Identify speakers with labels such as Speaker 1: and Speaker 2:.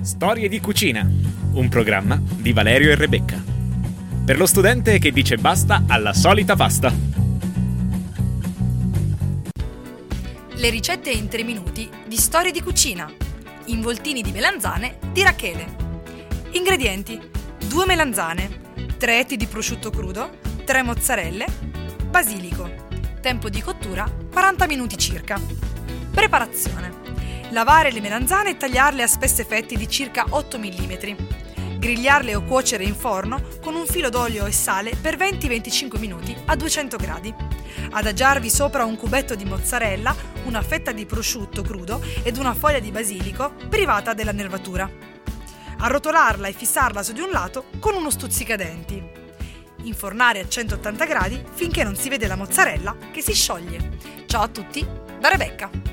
Speaker 1: Storie di cucina, un programma di Valerio e Rebecca. Per lo studente che dice basta alla solita pasta.
Speaker 2: Le ricette in 3 minuti di Storie di cucina. Involtini di melanzane di Rachele. Ingredienti: 2 melanzane, 3 etti di prosciutto crudo, 3 mozzarelle, basilico. Tempo di cottura 40 minuti circa. Preparazione: lavare le melanzane e tagliarle a spesse fetti di circa 8 mm. Grigliarle o cuocere in forno con un filo d'olio e sale per 20-25 minuti a 200 gradi. Adagiarvi sopra un cubetto di mozzarella, una fetta di prosciutto crudo ed una foglia di basilico privata della nervatura. Arrotolarla e fissarla su di un lato con uno stuzzicadenti. Infornare a 180 gradi finché non si vede la mozzarella che si scioglie. Ciao a tutti, da Rebecca!